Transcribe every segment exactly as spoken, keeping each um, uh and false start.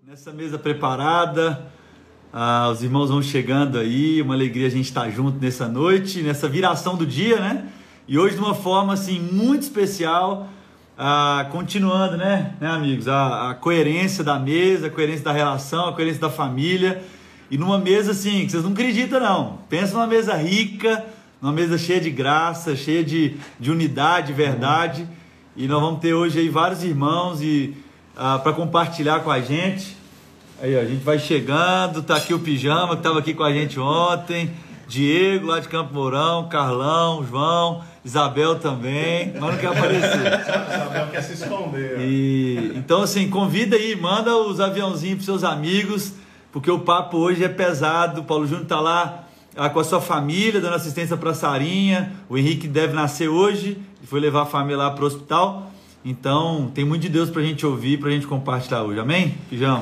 Nessa mesa preparada, ah, os irmãos vão chegando aí, uma alegria a gente estar junto nessa noite, nessa viração do dia, né? E hoje de uma forma assim muito especial, ah, continuando, né, né amigos, a, a coerência da mesa, a coerência da relação, a coerência da família, e numa mesa assim, que vocês não acreditam não, pensa numa mesa rica, numa mesa cheia de graça, cheia de, de unidade, verdade, e nós vamos ter hoje aí vários irmãos e ah, para compartilhar com a gente. Aí, ó, a gente vai chegando, tá aqui o Pijama, que estava aqui com a gente ontem, Diego, lá de Campo Mourão, Carlão, João, Isabel também, mas não quer aparecer. Isabel quer se esconder. E, então, assim, convida aí, manda os aviãozinhos para seus amigos, porque o papo hoje é pesado. O Paulo Júnior tá lá ah, com a sua família, dando assistência para a Sarinha, o Henrique deve nascer hoje, ele foi levar a família lá para o hospital, então tem muito de Deus para a gente ouvir, para a gente compartilhar hoje, amém? Pijama?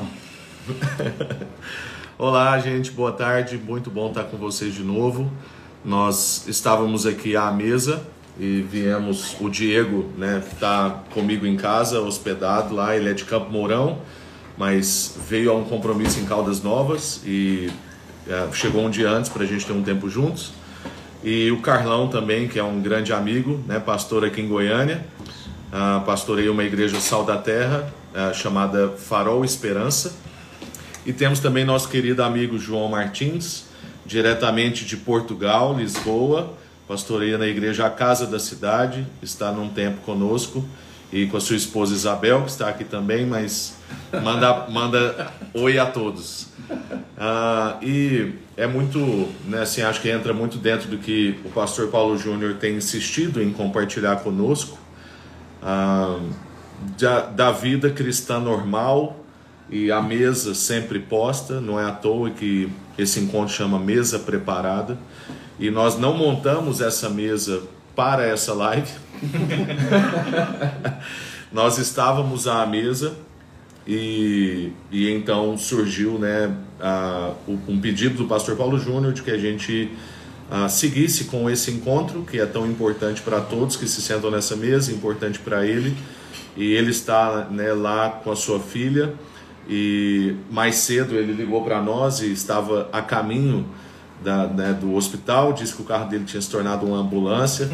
Olá, gente, boa tarde, muito bom estar com vocês de novo. Nós estávamos aqui à mesa e viemos, o Diego, né, está comigo em casa, hospedado lá, ele é de Campo Mourão, mas veio a um compromisso em Caldas Novas e é, chegou um dia antes para a gente ter um tempo juntos. E o Carlão também, que é um grande amigo, né, pastor aqui em Goiânia, uh, pastorei uma igreja Sal da Terra, uh, chamada Farol Esperança. E temos também nosso querido amigo João Martins, diretamente de Portugal, Lisboa, pastoreia na igreja A Casa da Cidade, está num tempo conosco, e com a sua esposa Isabel, que está aqui também, mas manda, manda oi a todos. Ah, e é muito, né, assim, acho que entra muito dentro do que o pastor Paulo Júnior tem insistido em compartilhar conosco, ah, da, da vida cristã normal, e a mesa sempre posta, não é à toa que esse encontro chama Mesa Preparada, e nós não montamos essa mesa para essa live. Nós estávamos à mesa e, e então surgiu, né, a, um pedido do pastor Paulo Júnior de que a gente a, seguisse com esse encontro, que é tão importante para todos que se sentam nessa mesa, importante para ele, e ele está, né, lá com a sua filha. E mais cedo ele ligou para nós e estava a caminho da, né, do hospital, disse que o carro dele tinha se tornado uma ambulância.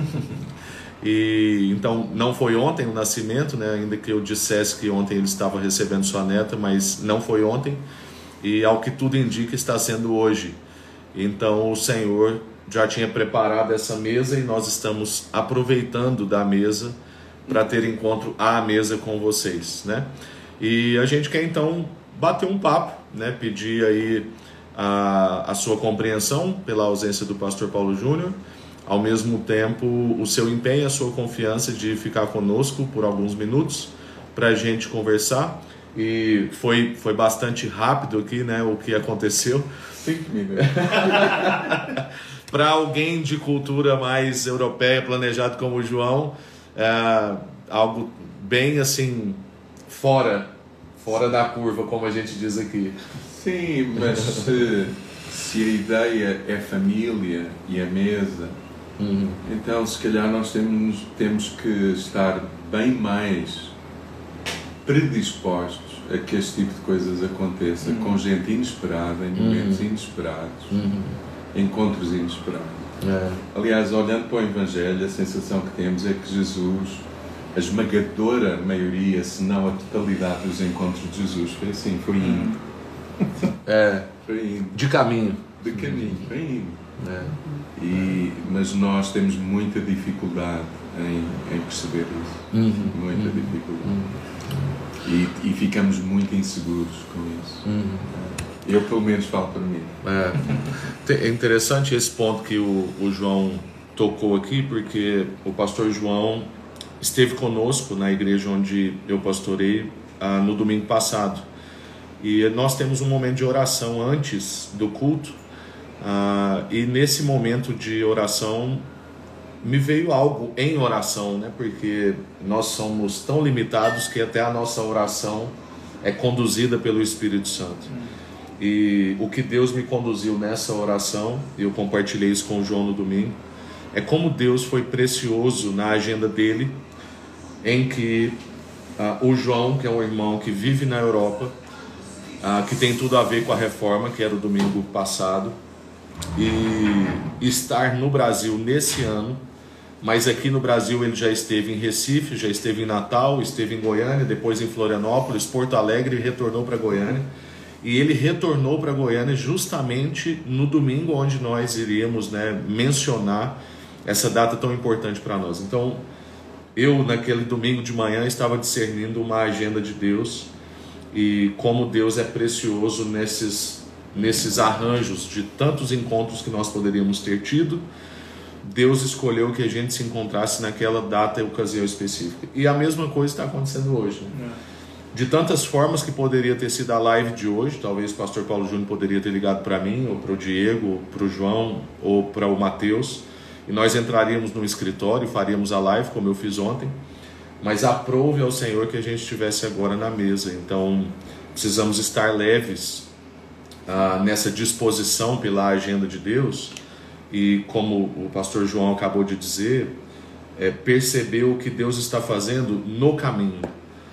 E então não foi ontem o nascimento, né, ainda que eu dissesse que ontem ele estava recebendo sua neta, mas não foi ontem, e ao que tudo indica está sendo hoje. Então o Senhor já tinha preparado essa mesa e nós estamos aproveitando da mesa para ter encontro à mesa com vocês, né? E a gente quer então bater um papo, né? Pedir aí a, a sua compreensão pela ausência do pastor Paulo Júnior, ao mesmo tempo o seu empenho, a sua confiança de ficar conosco por alguns minutos para a gente conversar. E foi, foi bastante rápido aqui, né, o que aconteceu. Cinco minutos. Para alguém de cultura mais europeia, planejado como o João, é algo bem assim... Fora, fora da curva, como a gente diz aqui. Sim, mas se, se a ideia é família e a mesa, uhum. então se calhar nós temos, temos que estar bem mais predispostos a que este tipo de coisas aconteça, uhum. com gente inesperada, em momentos uhum. inesperados, uhum. encontros inesperados. É. Aliás, olhando para o Evangelho, a sensação que temos é que Jesus... a esmagadora maioria, se não a totalidade dos encontros de Jesus foi assim, foi indo. É, foi indo. De caminho. De caminho, foi indo. É. E, mas nós temos muita dificuldade em, em perceber isso. Uhum. Muita uhum. dificuldade. Uhum. E, e ficamos muito inseguros com isso. Uhum. Eu, pelo menos, falo para mim. É, é interessante esse ponto que o, o João tocou aqui, porque o pastor João esteve conosco na igreja onde eu pastorei ah, no domingo passado, e nós temos um momento de oração antes do culto, ah, e nesse momento de oração me veio algo em oração, né? Porque nós somos tão limitados que até a nossa oração é conduzida pelo Espírito Santo, e o que Deus me conduziu nessa oração, e eu compartilhei isso com o João no domingo, é como Deus foi precioso na agenda dele, em que uh, o João, que é um irmão que vive na Europa, ah, que tem tudo a ver com a reforma, que era o domingo passado, e estar no Brasil nesse ano. Mas aqui no Brasil ele já esteve em Recife, já esteve em Natal, esteve em Goiânia, depois em Florianópolis, Porto Alegre, e retornou para Goiânia. E ele retornou para Goiânia justamente no domingo onde nós iríamos, né, mencionar essa data tão importante para nós. Então, eu naquele domingo de manhã estava discernindo uma agenda de Deus e como Deus é precioso nesses, nesses arranjos de tantos encontros que nós poderíamos ter tido. Deus escolheu que a gente se encontrasse naquela data e ocasião específica. E a mesma coisa está acontecendo hoje, né? É. De tantas formas que poderia ter sido a live de hoje, talvez o pastor Paulo Júnior poderia ter ligado para mim, ou para o Diego, ou para o João, ou para o Mateus, e nós entraríamos no escritório e faríamos a live, como eu fiz ontem, mas aprove ao Senhor que a gente estivesse agora na mesa. Então, precisamos estar leves ah, nessa disposição pela agenda de Deus. E como o pastor João acabou de dizer, é, perceber o que Deus está fazendo no caminho.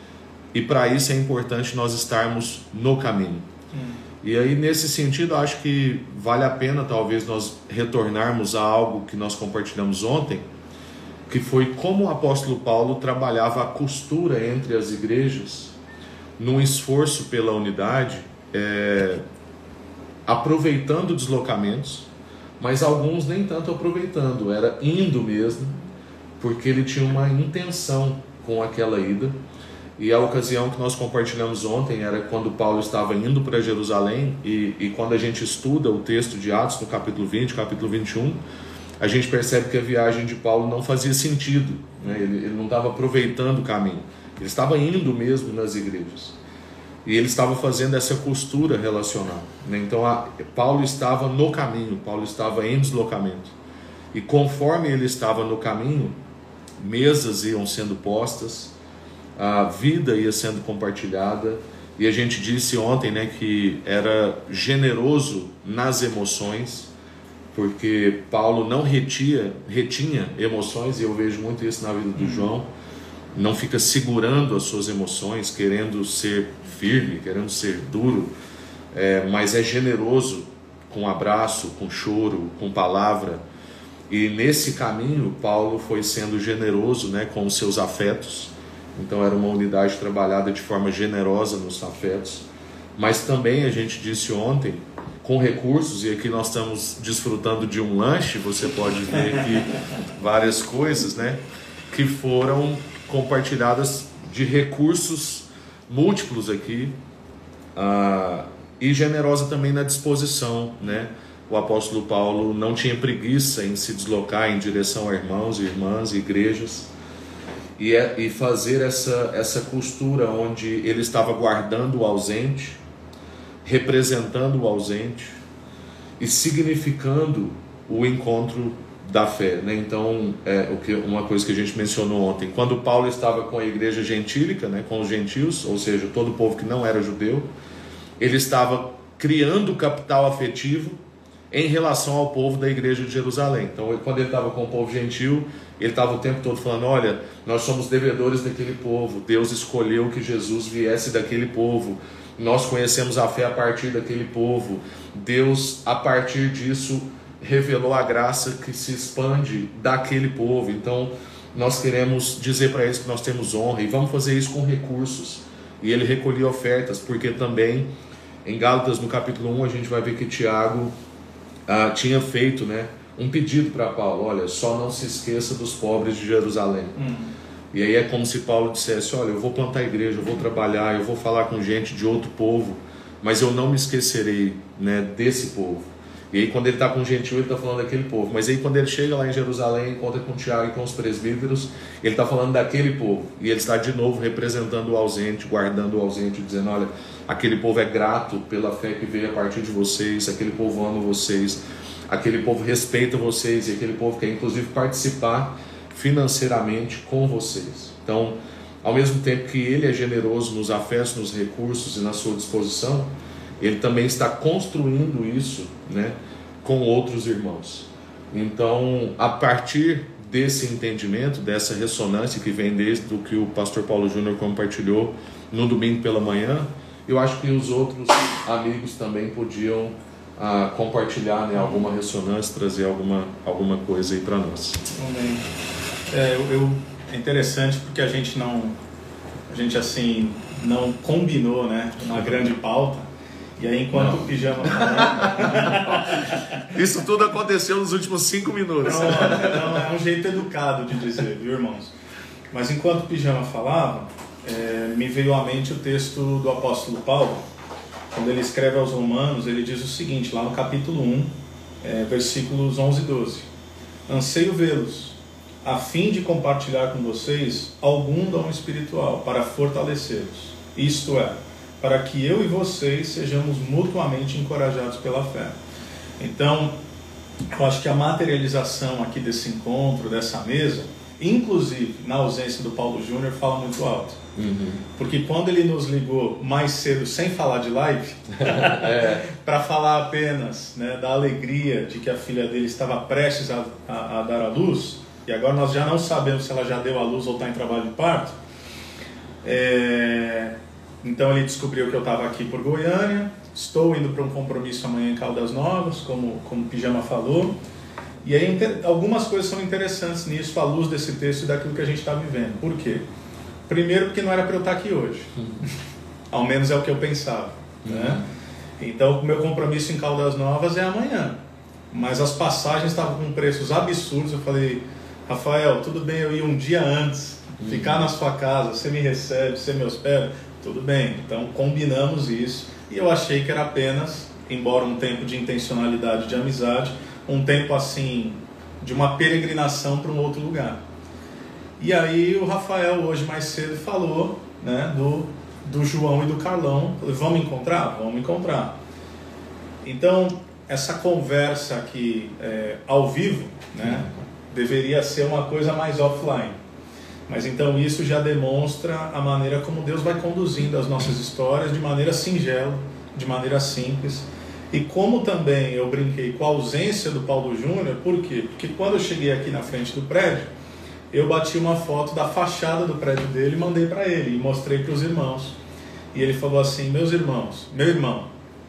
E para isso é importante nós estarmos no caminho. Hum. E aí nesse sentido acho que vale a pena talvez nós retornarmos a algo que nós compartilhamos ontem, que foi como o apóstolo Paulo trabalhava a costura entre as igrejas num esforço pela unidade, é, aproveitando deslocamentos, mas alguns nem tanto aproveitando, era indo mesmo, porque ele tinha uma intenção com aquela ida. E a ocasião que nós compartilhamos ontem era quando Paulo estava indo para Jerusalém, e, e quando a gente estuda o texto de Atos no capítulo vinte, capítulo vinte e um, a gente percebe que a viagem de Paulo não fazia sentido, né? ele, ele não estava aproveitando o caminho, ele estava indo mesmo nas igrejas. E ele estava fazendo essa costura relacional, né? Então a, Paulo estava no caminho, Paulo estava em deslocamento. E conforme ele estava no caminho, mesas iam sendo postas, a vida ia sendo compartilhada. E a gente disse ontem, né, que era generoso nas emoções, porque Paulo não retia, retinha emoções, e eu vejo muito isso na vida do João. Não fica segurando as suas emoções, querendo ser firme, querendo ser duro, é, mas é generoso com abraço, com choro, com palavra. E nesse caminho Paulo foi sendo generoso, né, com os seus afetos. Então era uma unidade trabalhada de forma generosa nos afetos, mas também a gente disse ontem com recursos, e aqui nós estamos desfrutando de um lanche, você pode ver aqui várias coisas, né, que foram compartilhadas de recursos múltiplos aqui, ah, e generosa também na disposição, né? O apóstolo Paulo não tinha preguiça em se deslocar em direção a irmãos e irmãs, igrejas, e, é, e fazer essa, essa costura onde ele estava guardando o ausente, representando o ausente e significando o encontro da fé, né? Então, é, o que, uma coisa que a gente mencionou ontem, quando Paulo estava com a igreja gentílica, né, com os gentios, ou seja, todo o povo que não era judeu, ele estava criando capital afetivo em relação ao povo da igreja de Jerusalém. Então, quando ele estava com o povo gentil, ele estava o tempo todo falando: olha, nós somos devedores daquele povo, Deus escolheu que Jesus viesse daquele povo, nós conhecemos a fé a partir daquele povo, Deus, a partir disso, revelou a graça que se expande daquele povo. Então nós queremos dizer para eles que nós temos honra, e vamos fazer isso com recursos. E ele recolhia ofertas, porque também em Gálatas no capítulo um a gente vai ver que Tiago ah, tinha feito, né, um pedido para Paulo: olha, só não se esqueça dos pobres de Jerusalém. hum. E aí é como se Paulo dissesse: olha, eu vou plantar a igreja, eu vou trabalhar, eu vou falar com gente de outro povo, mas eu não me esquecerei, né, desse povo. E aí quando ele está com o gentil, ele está falando daquele povo. Mas aí quando ele chega lá em Jerusalém, encontra com Tiago e com os presbíteros, ele está falando daquele povo. E ele está de novo representando o ausente, guardando o ausente, dizendo: olha, aquele povo é grato pela fé que veio a partir de vocês, aquele povo ama vocês, aquele povo respeita vocês, e aquele povo quer inclusive participar financeiramente com vocês. Então, ao mesmo tempo que ele é generoso nos afetos, nos recursos e na sua disposição, ele também está construindo isso, né, com outros irmãos. Então, a partir desse entendimento, dessa ressonância que vem desde o que o pastor Paulo Júnior compartilhou no domingo pela manhã, eu acho que os outros amigos também podiam ah, compartilhar, né, alguma ressonância, trazer alguma, alguma coisa aí para nós. Amém. É, eu, eu, é interessante porque a gente não, a gente assim não combinou, né, uma grande pauta. E aí, enquanto não. o pijama falava... Isso tudo aconteceu nos últimos cinco minutos. Não, não, é um jeito educado de dizer, viu, irmãos? Mas enquanto o pijama falava, é, me veio à mente o texto do apóstolo Paulo. Quando ele escreve aos Romanos, ele diz o seguinte, lá no capítulo um, é, versículos onze e doze. Anseio vê-los, a fim de compartilhar com vocês algum dom espiritual, para fortalecê-los. Isto é, para que eu e vocês sejamos mutuamente encorajados pela fé. Então, eu acho que a materialização aqui desse encontro, dessa mesa, inclusive na ausência do Paulo Júnior, fala muito alto. Uhum. Porque quando ele nos ligou mais cedo, sem falar de live, é. para falar apenas, né, da alegria de que a filha dele estava prestes a, a, a dar à luz, e agora nós já não sabemos se ela já deu à luz ou está em trabalho de parto, é... então ele descobriu que eu estava aqui por Goiânia, estou indo para um compromisso amanhã em Caldas Novas, como, como o Pijama falou, e aí algumas coisas são interessantes nisso, à luz desse texto e daquilo que a gente está vivendo. Por quê? Primeiro porque não era para eu estar aqui hoje, uhum. ao menos é o que eu pensava, uhum. né? Então o meu compromisso em Caldas Novas é amanhã, mas as passagens estavam com preços absurdos. Eu falei, Rafael, tudo bem eu ir um dia antes, uhum. ficar na sua casa, você me recebe, você me hospeda, tudo bem, então combinamos isso, e eu achei que era apenas, embora um tempo de intencionalidade, de amizade, um tempo assim, de uma peregrinação para um outro lugar. E aí o Rafael hoje mais cedo falou, né, do, do João e do Carlão, falei, vamos encontrar? Vamos encontrar. Então, essa conversa aqui é, ao vivo, né, deveria ser uma coisa mais offline. Mas então isso já demonstra a maneira como Deus vai conduzindo as nossas histórias de maneira singela, de maneira simples. E como também eu brinquei com a ausência do Paulo Júnior, por quê? Porque quando eu cheguei aqui na frente do prédio, eu bati uma foto da fachada do prédio dele e mandei para ele, e mostrei para os irmãos. E ele falou assim, meus irmãos, meu irmão,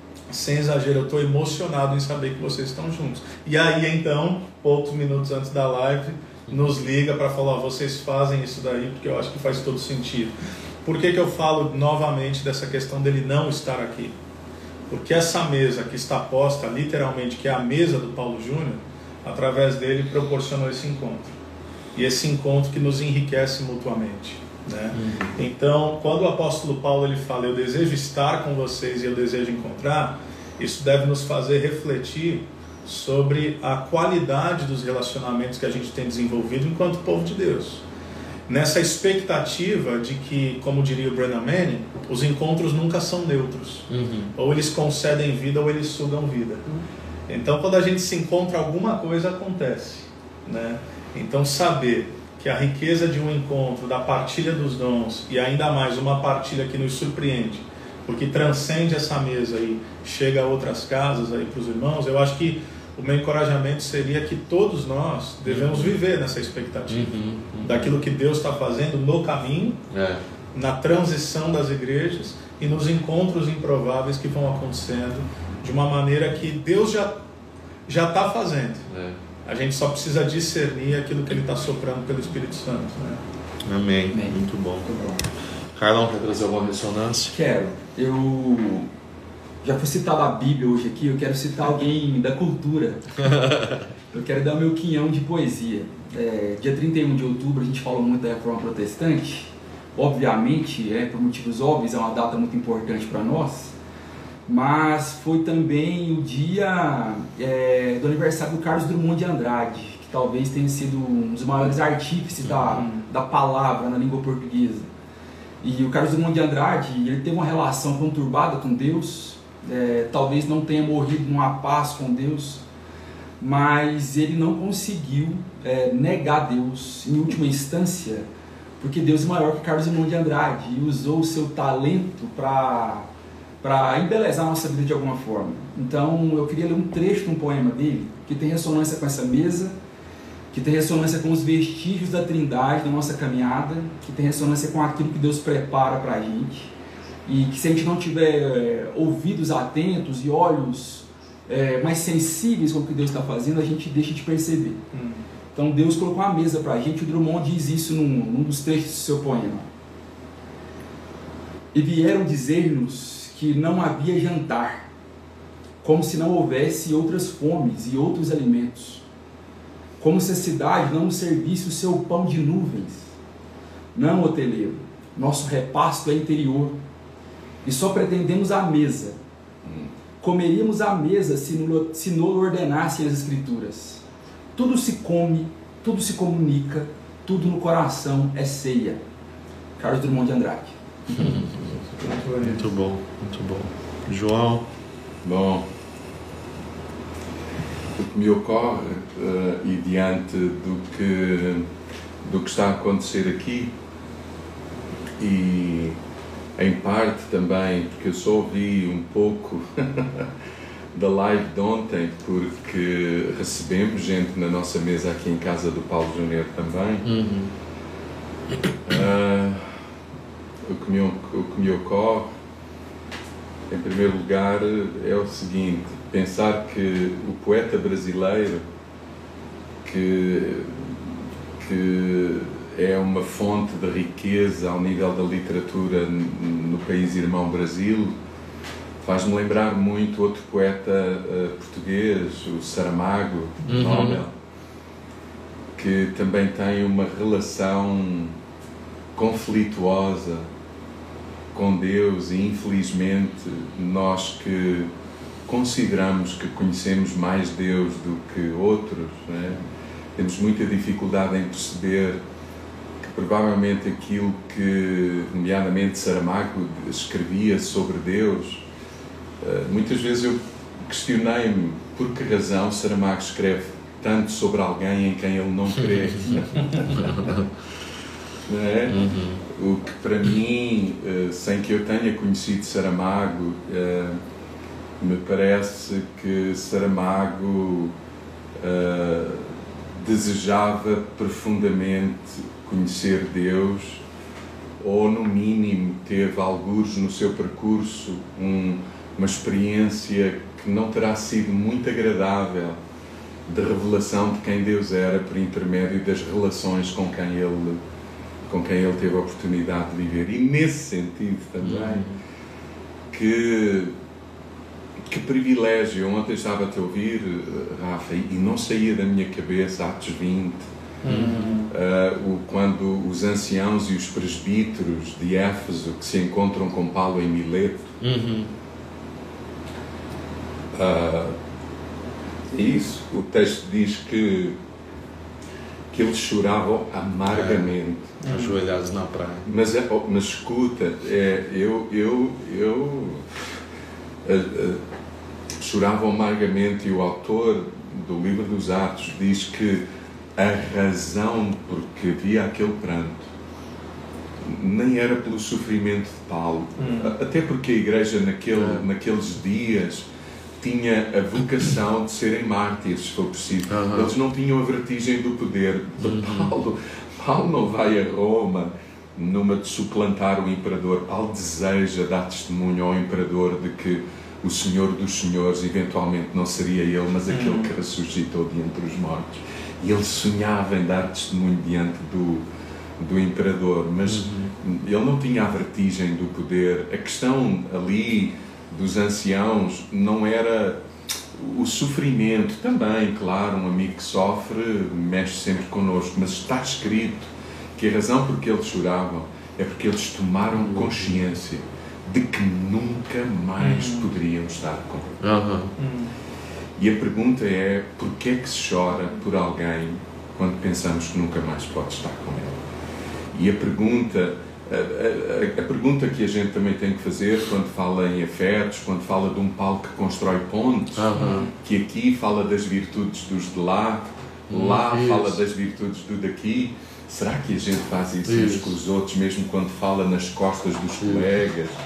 sem exagero, eu estou emocionado em saber que vocês estão juntos. E aí então, poucos minutos antes da live, nos liga para falar, oh, vocês fazem isso daí, porque eu acho que faz todo sentido. Por que que eu falo novamente dessa questão dele não estar aqui? Porque essa mesa que está posta, literalmente, que é a mesa do Paulo Júnior, através dele proporcionou esse encontro. E esse encontro que nos enriquece mutuamente, né? Uhum. Então, quando o apóstolo Paulo ele fala, eu desejo estar com vocês e eu desejo encontrar, isso deve nos fazer refletir sobre a qualidade dos relacionamentos que a gente tem desenvolvido enquanto povo de Deus. Nessa expectativa de que, como diria o Brennan Manning, os encontros nunca são neutros. Uhum. Ou eles concedem vida ou eles sugam vida. Uhum. Então, quando a gente se encontra, alguma coisa acontece, né? Então, saber que a riqueza de um encontro, da partilha dos dons, e ainda mais uma partilha que nos surpreende, porque transcende essa mesa e chega a outras casas aí para os irmãos, eu acho que o meu encorajamento seria que todos nós devemos viver nessa expectativa, uhum, uhum. daquilo que Deus está fazendo no caminho, é. na transição das igrejas e nos encontros improváveis que vão acontecendo de uma maneira que Deus já já está fazendo. É. A gente só precisa discernir aquilo que Ele está soprando pelo Espírito Santo. Né? Amém. Amém. Muito bom. Muito bom. Carlão, quer trazer alguma ressonância? Quero. Eu já fui citado a Bíblia hoje aqui, eu quero citar alguém da cultura. Eu quero dar meu quinhão de poesia. É, dia trinta e um de outubro a gente falou muito da Reforma Protestante. Obviamente, é, por motivos óbvios, é uma data muito importante para nós. Mas foi também o dia é, do aniversário do Carlos Drummond de Andrade, que talvez tenha sido um dos maiores artífices da, da palavra na língua portuguesa. E o Carlos Drummond de Andrade, ele teve uma relação conturbada com Deus, é, talvez não tenha morrido numa paz com Deus, mas ele não conseguiu é, negar Deus em última instância, porque Deus é maior que Carlos Drummond de Andrade e usou o seu talento para para embelezar a nossa vida de alguma forma. Então eu queria ler um trecho de um poema dele que tem ressonância com essa mesa, que tem ressonância com os vestígios da Trindade na nossa caminhada, que tem ressonância com aquilo que Deus prepara para a gente. e que se a gente não tiver é, ouvidos atentos e olhos é, mais sensíveis com o que Deus está fazendo, a gente deixa de perceber. Hum. Então Deus colocou uma mesa para a gente. O Drummond diz isso num, num dos trechos do seu poema. E vieram dizer-nos que não havia jantar, como se não houvesse outras fomes e outros alimentos, como se a cidade não nos servisse o seu pão de nuvens. Não, hoteleiro, nosso repasto é interior, e só pretendemos a mesa. Comeríamos a mesa se nos se no ordenassem as Escrituras. Tudo se come, tudo se comunica, tudo no coração é ceia. Carlos Drummond de Andrade. Muito bom, muito bom. João? Bom, o que me ocorre, uh, e diante do que, do que está a acontecer aqui, e em parte também, porque eu só ouvi um pouco da live de ontem, porque recebemos gente na nossa mesa aqui em casa do Paulo Júnior também. Uhum. Uh, o, que me, o que me ocorre, em primeiro lugar, é o seguinte: pensar que o poeta brasileiro, que, que é uma fonte de riqueza ao nível da literatura no país irmão Brasil, faz-me lembrar muito outro poeta uh, português, o Saramago, uhum. Nobel, que também tem uma relação conflituosa com Deus, e infelizmente nós que consideramos que conhecemos mais Deus do que outros, né? Temos muita dificuldade em perceber que provavelmente aquilo que, nomeadamente, Saramago escrevia sobre Deus, muitas vezes eu questionei-me por que razão Saramago escreve tanto sobre alguém em quem ele não crê. Não é? Uhum. O que para mim, sem que eu tenha conhecido Saramago, me parece que Saramago desejava profundamente conhecer Deus, ou no mínimo teve algures no seu percurso um, uma experiência que não terá sido muito agradável de revelação de quem Deus era por intermédio das relações com quem ele, com quem ele teve a oportunidade de viver. E nesse sentido também, uhum. que, que privilégio. Ontem estava a te ouvir, Rafa, e não saía da minha cabeça Atos vinte, uhum. uh, o, quando os anciãos e os presbíteros de Éfeso que se encontram com Paulo em Mileto. Uhum. Uh, isso, o texto diz que que eles choravam amargamente, é, ajoelhados na praia. Mas, é, mas escuta, é, eu, eu, eu uh, uh, choravam amargamente, e o autor do livro dos Atos diz que a razão por que havia aquele pranto nem era pelo sofrimento de Paulo, hum. até porque a igreja naquele, é. naqueles dias tinha a vocação de serem mártires, se for preciso. Uhum. Eles não tinham a vertigem do poder de uhum. Paulo. Paulo não vai a Roma numa de suplantar o imperador. Paulo deseja dar testemunho ao imperador de que o Senhor dos Senhores eventualmente não seria ele, mas aquele uhum. que ressuscitou de entre os mortos. E ele sonhava em dar testemunho diante do, do imperador, mas uhum. ele não tinha a vertigem do poder. A questão ali dos anciãos não era o sofrimento, também, claro, um amigo que sofre mexe sempre connosco, mas está escrito que a razão por que eles choravam é porque eles tomaram consciência de que nunca mais uhum. poderiam estar com ele. Uhum. Uhum. E a pergunta é: por que é que se chora por alguém quando pensamos que nunca mais pode estar com ele? E a pergunta A, a, a pergunta que a gente também tem que fazer quando fala em afetos, quando fala de um Paulo que constrói pontes, uhum. que aqui fala das virtudes dos de lá, hum, lá isso. fala das virtudes do daqui, será que a gente faz isso, isso. uns com os outros, mesmo quando fala nas costas dos isso. colegas?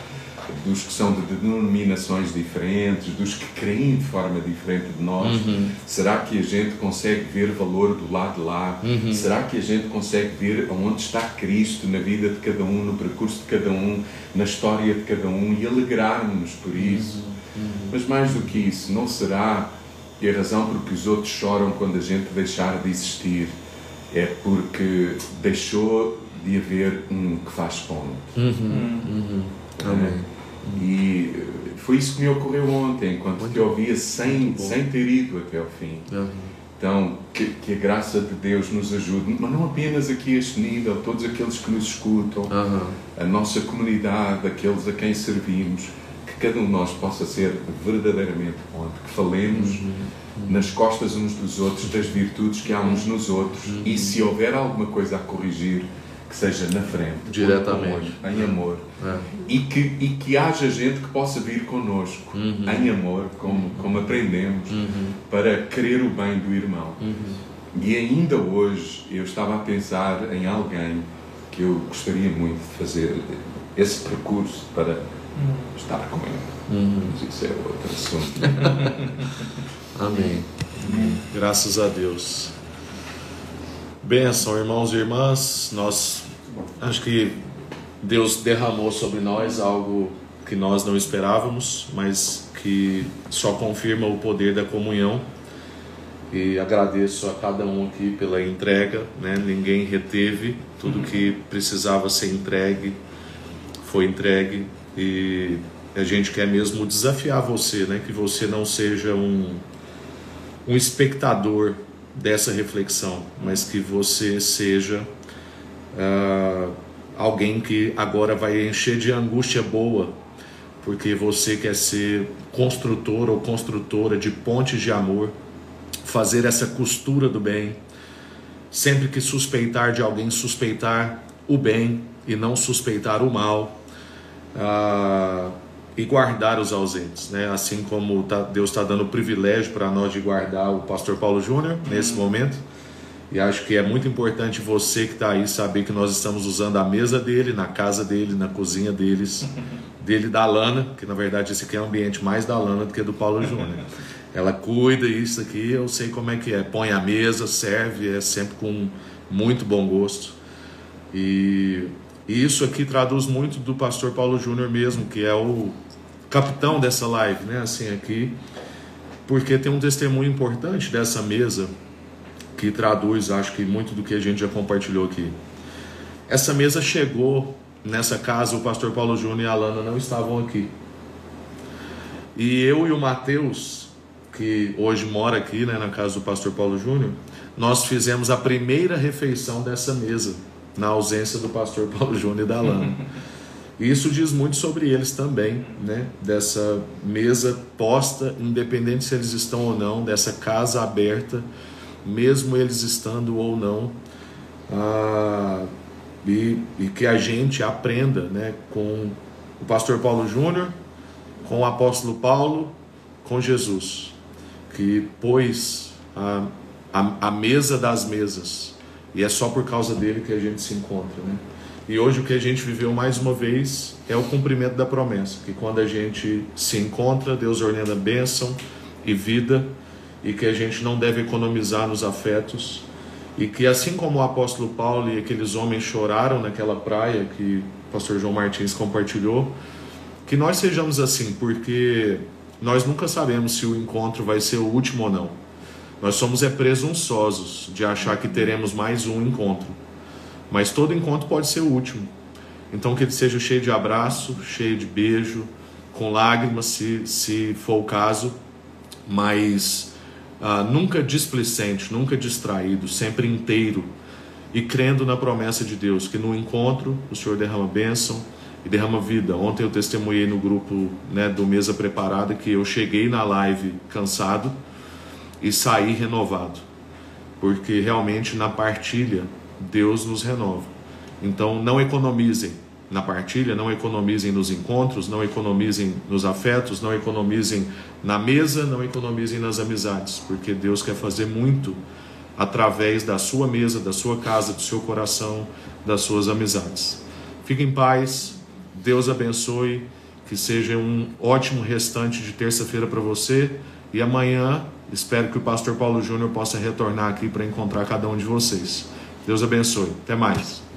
dos que são de denominações diferentes, dos que creem de forma diferente de nós? Uhum. Será que a gente consegue ver valor do lado de lá? Uhum. Será que a gente consegue ver onde está Cristo na vida de cada um, no percurso de cada um, na história de cada um, e alegrarmos-nos por isso? Uhum. Uhum. Mas mais do que isso, não será que a razão por que os outros choram quando a gente deixar de existir é porque deixou de haver um que faz ponte? Uhum. Uhum. Amém. E foi isso que me ocorreu ontem, enquanto te ouvia sem, sem ter ido até ao fim. Uhum. Então, que, que a graça de Deus nos ajude, mas não apenas aqui a este nível, todos aqueles que nos escutam, uhum. a nossa comunidade, aqueles a quem servimos, que cada um de nós possa ser verdadeiramente ponte, que falemos uhum. nas costas uns dos outros das virtudes que há uns nos outros, uhum. e se houver alguma coisa a corrigir, que seja na frente, diretamente, amor, em amor, é. e, que, e que haja gente que possa vir connosco, uhum. em amor, como, como aprendemos, uhum. para querer o bem do irmão. Uhum. E ainda hoje eu estava a pensar em alguém que eu gostaria muito de fazer esse percurso para uhum. estar com ele. Uhum. Mas isso é outro assunto. Amém. Amém. Graças a Deus. Bênção, irmãos e irmãs. Nós acho que Deus derramou sobre nós algo que nós não esperávamos, mas que só confirma o poder da comunhão. E agradeço a cada um aqui pela entrega, né? Ninguém reteve, tudo que precisava ser entregue foi entregue, e a gente quer mesmo desafiar você, né? Que você não seja um, um espectador dessa reflexão, mas que você seja uh, alguém que agora vai encher de angústia boa, porque você quer ser construtor ou construtora de pontes de amor, fazer essa costura do bem, sempre que suspeitar de alguém, suspeitar o bem e não suspeitar o mal, uh, e guardar os ausentes, né? Assim como tá, Deus está dando o privilégio para nós de guardar o pastor Paulo Júnior nesse momento, e acho que é muito importante você que está aí saber que nós estamos usando a mesa dele, na casa dele, na cozinha deles, dele da Lana, que na verdade esse aqui é um ambiente mais da Lana do que do Paulo Júnior. Ela cuida isso aqui, eu sei como é que é, põe a mesa, serve, é sempre com muito bom gosto, e E isso aqui traduz muito do pastor Paulo Júnior mesmo, que é o capitão dessa live, né? Assim aqui, porque tem um testemunho importante dessa mesa que traduz, acho que muito do que a gente já compartilhou aqui. Essa mesa chegou nessa casa, o pastor Paulo Júnior e a Alana não estavam aqui. E eu e o Mateus, que hoje mora aqui, né, na casa do pastor Paulo Júnior, nós fizemos a primeira refeição dessa mesa, na ausência do pastor Paulo Júnior e da Alana. E isso diz muito sobre eles também, né? Dessa mesa posta, independente se eles estão ou não, dessa casa aberta, mesmo eles estando ou não, ah, e, e que a gente aprenda, né, com o pastor Paulo Júnior, com o apóstolo Paulo, com Jesus, que pôs a, a, a mesa das mesas. E é só por causa dele que a gente se encontra, né? E hoje o que a gente viveu mais uma vez é o cumprimento da promessa, que quando a gente se encontra, Deus ordena bênção e vida, e que a gente não deve economizar nos afetos, e que assim como o apóstolo Paulo e aqueles homens choraram naquela praia que o pastor João Martins compartilhou, que nós sejamos assim, porque nós nunca sabemos se o encontro vai ser o último ou não. Nós somos é presunçosos de achar que teremos mais um encontro, mas todo encontro pode ser o último. Então que ele seja cheio de abraço, cheio de beijo, com lágrimas se, se for o caso, mas uh, nunca displicente, nunca distraído, sempre inteiro e crendo na promessa de Deus, que no encontro o Senhor derrama bênção e derrama vida. Ontem eu testemunhei no grupo, né, do Mesa Preparada que eu cheguei na live cansado e sair renovado, porque realmente na partilha Deus nos renova. Então não economizem na partilha, não economizem nos encontros, não economizem nos afetos, não economizem na mesa, não economizem nas amizades, porque Deus quer fazer muito através da sua mesa, da sua casa, do seu coração, das suas amizades. Fique em paz, Deus abençoe, Que seja um ótimo restante de terça-feira para você. E amanhã, espero que o pastor Paulo Júnior possa retornar aqui para encontrar cada um de vocês. Deus abençoe. Até mais.